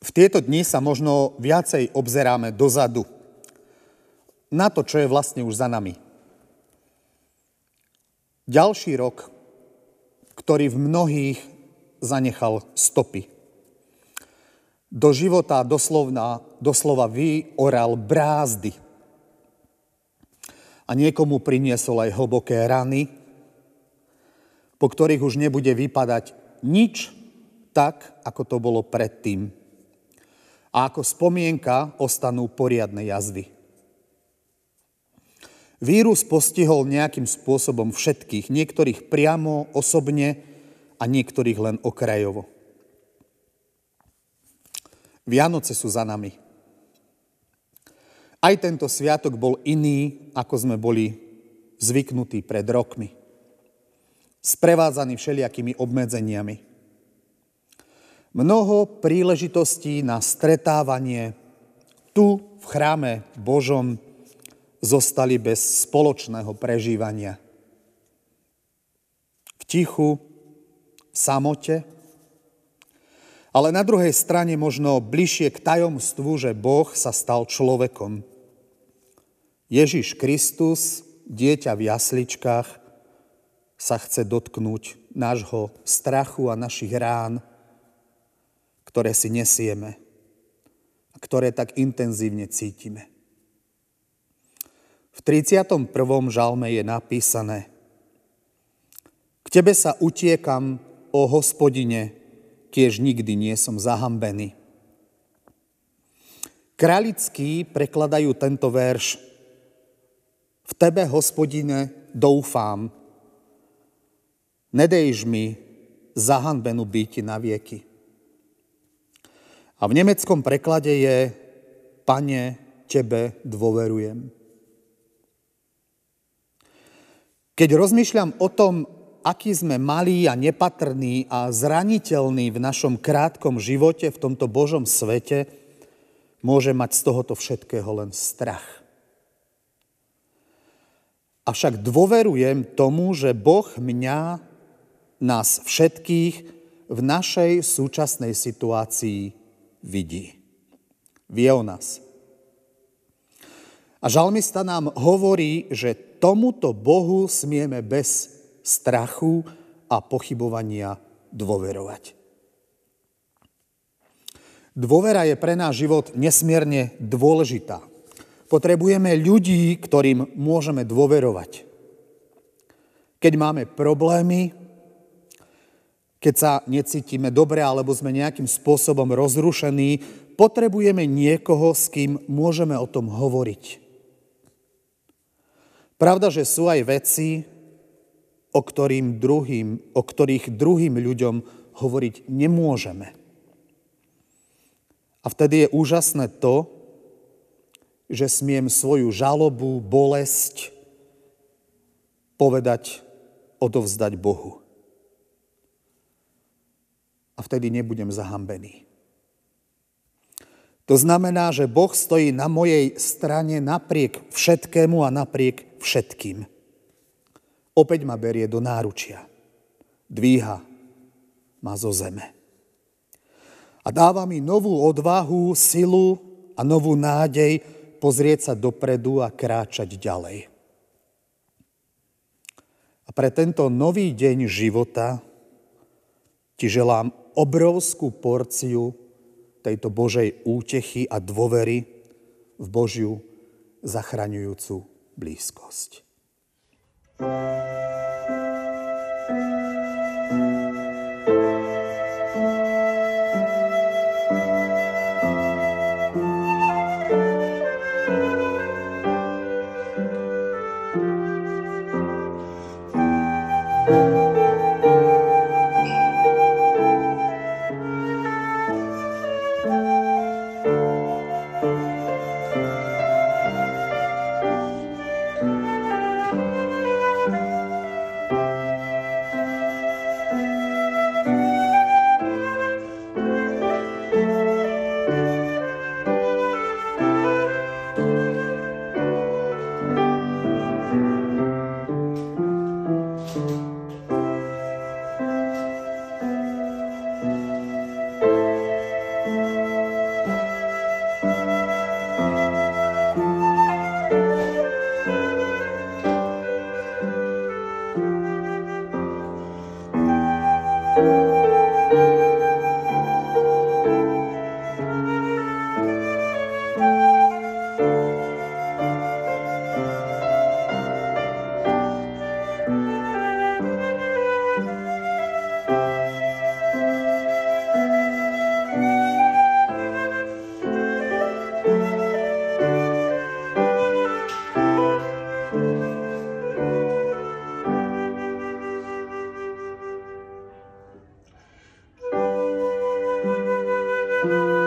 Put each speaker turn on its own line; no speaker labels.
V tieto dni sa možno viacej obzeráme dozadu, na to, čo je vlastne už za nami. Ďalší rok, ktorý v mnohých zanechal stopy. Do života doslova vyoral brázdy. A niekomu priniesol aj hlboké rany, po ktorých už nebude vypadať nič tak, ako to bolo predtým. A ako spomienka ostanú poriadne jazvy. Vírus postihol nejakým spôsobom všetkých, niektorých priamo, osobne a niektorých len okrajovo. Vianoce sú za nami. Aj tento sviatok bol iný, ako sme boli zvyknutí pred rokmi. Sprevádzaný všelijakými obmedzeniami. Mnoho príležitostí na stretávanie tu v chráme Božom zostali bez spoločného prežívania. V tichu, v samote, ale na druhej strane možno bližšie k tajomstvu, že Boh sa stal človekom. Ježiš Kristus, dieťa v jasličkách, sa chce dotknúť nášho strachu a našich rán, ktoré si nesieme a ktoré tak intenzívne cítime. V 31. žalme je napísané: K tebe sa utiekam, ó Hospodine, kiež nikdy nie som zahambený. Kralickí prekladajú tento verš: V tebe, Hospodine, doufám. Nedejš mi zahanbenú byť na vieky. A v nemeckom preklade je: Pane, tebe dôverujem. Keď rozmýšľam o tom, aký sme malí a nepatrní a zraniteľní v našom krátkom živote v tomto Božom svete, môže mať z tohoto všetkého len strach. Avšak dôverujem tomu, že Boh mňa, nás všetkých v našej súčasnej situácii vidí. Vie o nás. A žalmista nám hovorí, že tomuto Bohu smieme bez strachu a pochybovania dôverovať. Dôvera je pre náš život nesmierne dôležitá. Potrebujeme ľudí, ktorým môžeme dôverovať. Keď máme problémy, keď sa necítime dobre alebo sme nejakým spôsobom rozrušení, potrebujeme niekoho, s kým môžeme o tom hovoriť. Pravda, že sú aj veci, o ktorých druhým ľuďom hovoriť nemôžeme. A vtedy je úžasné to, že smiem svoju žalobu, bolesť povedať, odovzdať Bohu. A vtedy nebudem zahambený. To znamená, že Boh stojí na mojej strane napriek všetkému a napriek všetkým. Opäť ma berie do náručia. Dvíha ma zo zeme. A dáva mi novú odvahu, silu a novú nádej pozrieť sa dopredu a kráčať ďalej. A pre tento nový deň života ti želám obrovskú porciu tejto Božej útechy a dôvery v Božiu zachraňujúcu blízkosť. Amen.